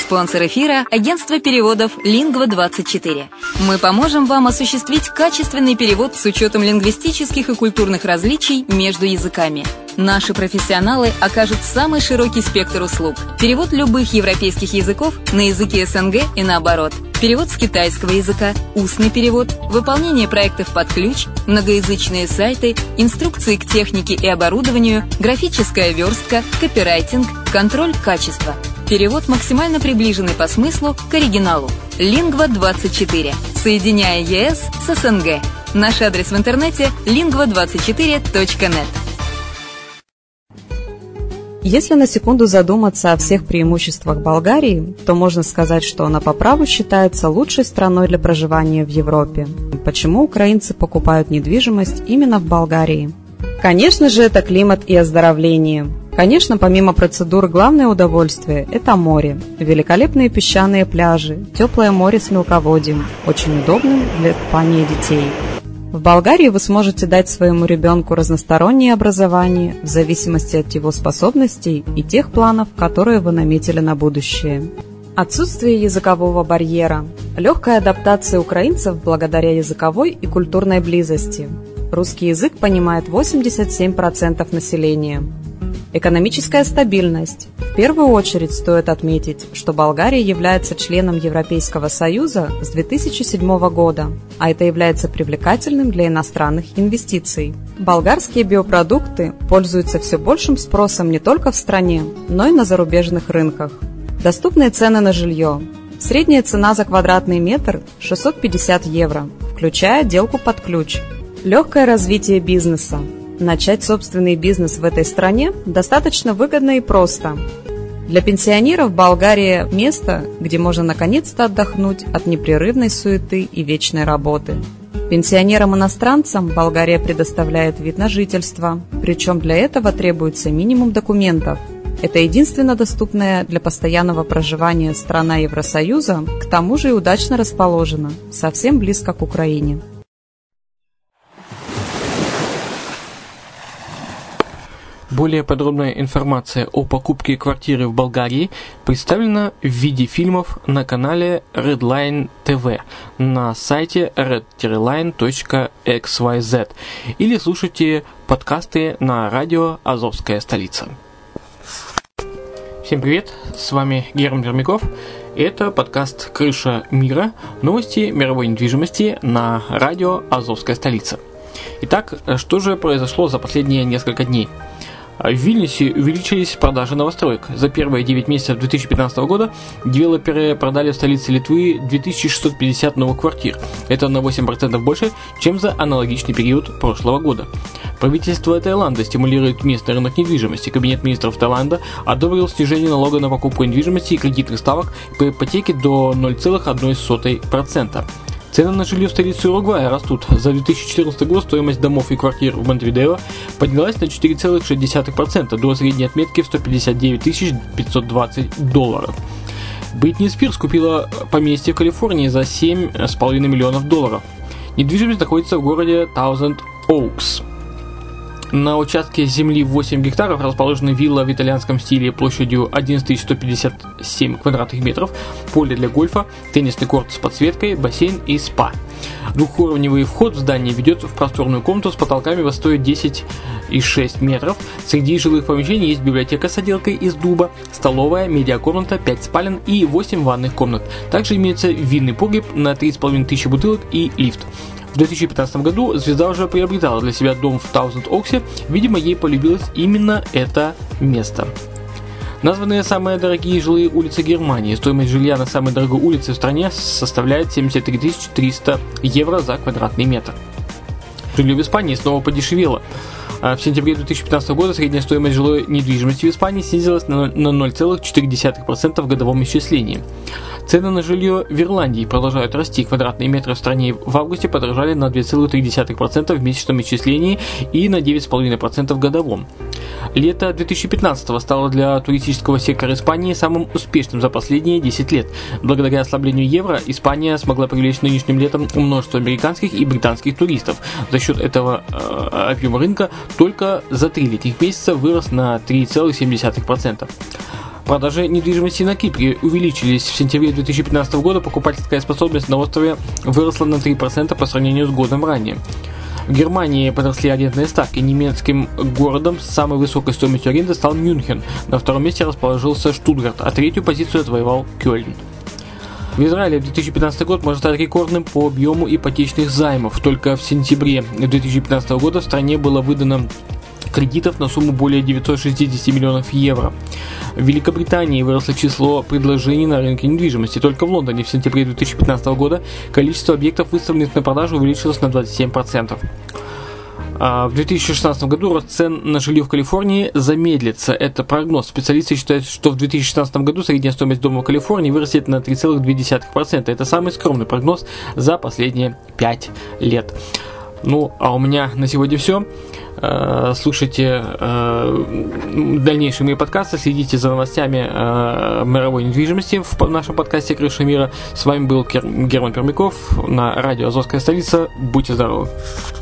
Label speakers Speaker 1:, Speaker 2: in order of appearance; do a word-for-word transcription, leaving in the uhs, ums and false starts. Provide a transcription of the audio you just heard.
Speaker 1: Спонсор эфира – агентство переводов Lingva двадцать четыре. Мы поможем вам осуществить качественный перевод с учетом лингвистических и культурных различий между языками. Наши профессионалы окажут самый широкий спектр услуг. Перевод любых европейских языков на языки СНГ и наоборот. Перевод с китайского языка, устный перевод, выполнение проектов под ключ, многоязычные сайты, инструкции к технике и оборудованию, графическая верстка, копирайтинг, контроль качества. Перевод максимально приближенный по смыслу к оригиналу. Lingva двадцать четыре. Соединяя ЕС с СНГ. Наш адрес в интернете lingva двадцать четыре точка нет.
Speaker 2: Если на секунду задуматься о всех преимуществах Болгарии, то можно сказать, что она по праву считается лучшей страной для проживания в Европе. Почему украинцы покупают недвижимость именно в Болгарии? Конечно же, это климат и оздоровление. Конечно, помимо процедур, главное удовольствие – это море. Великолепные песчаные пляжи, теплое море с мелководьем, очень удобным для купания детей. В Болгарии вы сможете дать своему ребенку разностороннее образование в зависимости от его способностей и тех планов, которые вы наметили на будущее. Отсутствие языкового барьера. Легкая адаптация украинцев благодаря языковой и культурной близости. Русский язык понимает восемьдесят семь процентов населения. Экономическая стабильность. В первую очередь стоит отметить, что Болгария является членом Европейского Союза с две тысячи седьмого года, а это является привлекательным для иностранных инвестиций. Болгарские биопродукты пользуются все большим спросом не только в стране, но и на зарубежных рынках. Доступные цены на жилье. Средняя цена за квадратный метр – шестьсот пятьдесят евро, включая отделку под ключ. Легкое развитие бизнеса. Начать собственный бизнес в этой стране достаточно выгодно и просто. Для пенсионеров Болгария – место, где можно наконец-то отдохнуть от непрерывной суеты и вечной работы. Пенсионерам-иностранцам Болгария предоставляет вид на жительство, причем для этого требуется минимум документов. Это единственно доступная для постоянного проживания страна Евросоюза, к тому же и удачно расположена, совсем близко к Украине.
Speaker 3: Более подробная информация о покупке квартиры в Болгарии представлена в виде фильмов на канале Redline ти ви на сайте red line точка икс уай зет или слушайте подкасты на радио «Азовская столица». Всем привет, с вами Герман Пермяков. Это подкаст «Крыша мира. Новости мировой недвижимости» на радио «Азовская столица». Итак, что же произошло за последние несколько дней? В Вильнюсе увеличились продажи новостроек. За первые девять месяцев две тысячи пятнадцатого года девелоперы продали в столице Литвы две тысячи шестьсот пятьдесят новых квартир. Это на восемь процентов больше, чем за аналогичный период прошлого года. Правительство Таиланда стимулирует местный рынок недвижимости. Кабинет министров Таиланда одобрил снижение налога на покупку недвижимости и кредитных ставок по ипотеке до ноль целых одна сотая процента. Цены на жилье в столице Уругвая растут. За две тысячи четырнадцатый год стоимость домов и квартир в Монтевидео поднялась на четыре целых шесть десятых процента до средней отметки в сто пятьдесят девять тысяч пятьсот двадцать долларов. Бритни Спирс купила поместье в Калифорнии за семь целых пять десятых миллионов долларов. Недвижимость находится в городе Thousand Oaks. На участке земли в восемь гектаров расположена вилла в итальянском стиле площадью одиннадцать тысяч сто пятьдесят семь квадратных метров, поле для гольфа, теннисный корт с подсветкой, бассейн и спа. Двухуровневый вход в здание ведет в просторную комнату с потолками высотой десять и шесть метров. Среди жилых помещений есть библиотека с отделкой из дуба, столовая, медиакомната, пять спален и восемь ванных комнат. Также имеется винный погреб на три с половиной тысячи бутылок и лифт. В две тысячи пятнадцатом году звезда уже приобретала для себя дом в Thousand Oaks, видимо, ей полюбилось именно это место. Названные самые дорогие жилые улицы Германии. Стоимость жилья на самой дорогой улице в стране составляет семьдесят три тысячи триста евро за квадратный метр. Жилье в Испании снова подешевело. В сентябре две тысячи пятнадцатого года средняя стоимость жилой недвижимости в Испании снизилась на ноль целых четыре десятых процента в годовом исчислении. Цены на жилье в Ирландии продолжают расти. Квадратные метры в стране в августе подорожали на два целых три десятых процента в месячном исчислении и на девять целых пять десятых процента в годовом. Лето две тысячи пятнадцатого стало для туристического сектора Испании самым успешным за последние десять лет. Благодаря ослаблению евро Испания смогла привлечь нынешним летом множество американских и британских туристов. За счет этого э, объем рынка только за три летних месяца вырос на три целых семь десятых процента. Продажи недвижимости на Кипре увеличились. В сентябре две тысячи пятнадцатого года покупательская способность на острове выросла на три процента по сравнению с годом ранее. В Германии подросли арендные ставки. Немецким городом с самой высокой стоимостью аренды стал Мюнхен. На втором месте расположился Штутгарт, а третью позицию отвоевал Кёльн. В Израиле две тысячи пятнадцатый год может стать рекордным по объему ипотечных займов. Только в сентябре две тысячи пятнадцатого года в стране было выдано кредитов на сумму более девятьсот шестьдесят миллионов евро. В Великобритании выросло число предложений на рынке недвижимости. Только в Лондоне в сентябре две тысячи пятнадцатого года количество объектов, выставленных на продажу, увеличилось на двадцать семь процентов. В две тысячи шестнадцатом году рост цен на жилье в Калифорнии замедлится. Это прогноз. Специалисты считают, что в две тысячи шестнадцатом году средняя стоимость дома в Калифорнии вырастет на три целых две десятых процента. Это самый скромный прогноз за последние пять лет. Ну, а у меня на сегодня все. Слушайте дальнейшие мои подкасты, следите за новостями мировой недвижимости в нашем подкасте «Крыша мира». С вами был Герман Пермяков на радио «Азовская столица». Будьте здоровы!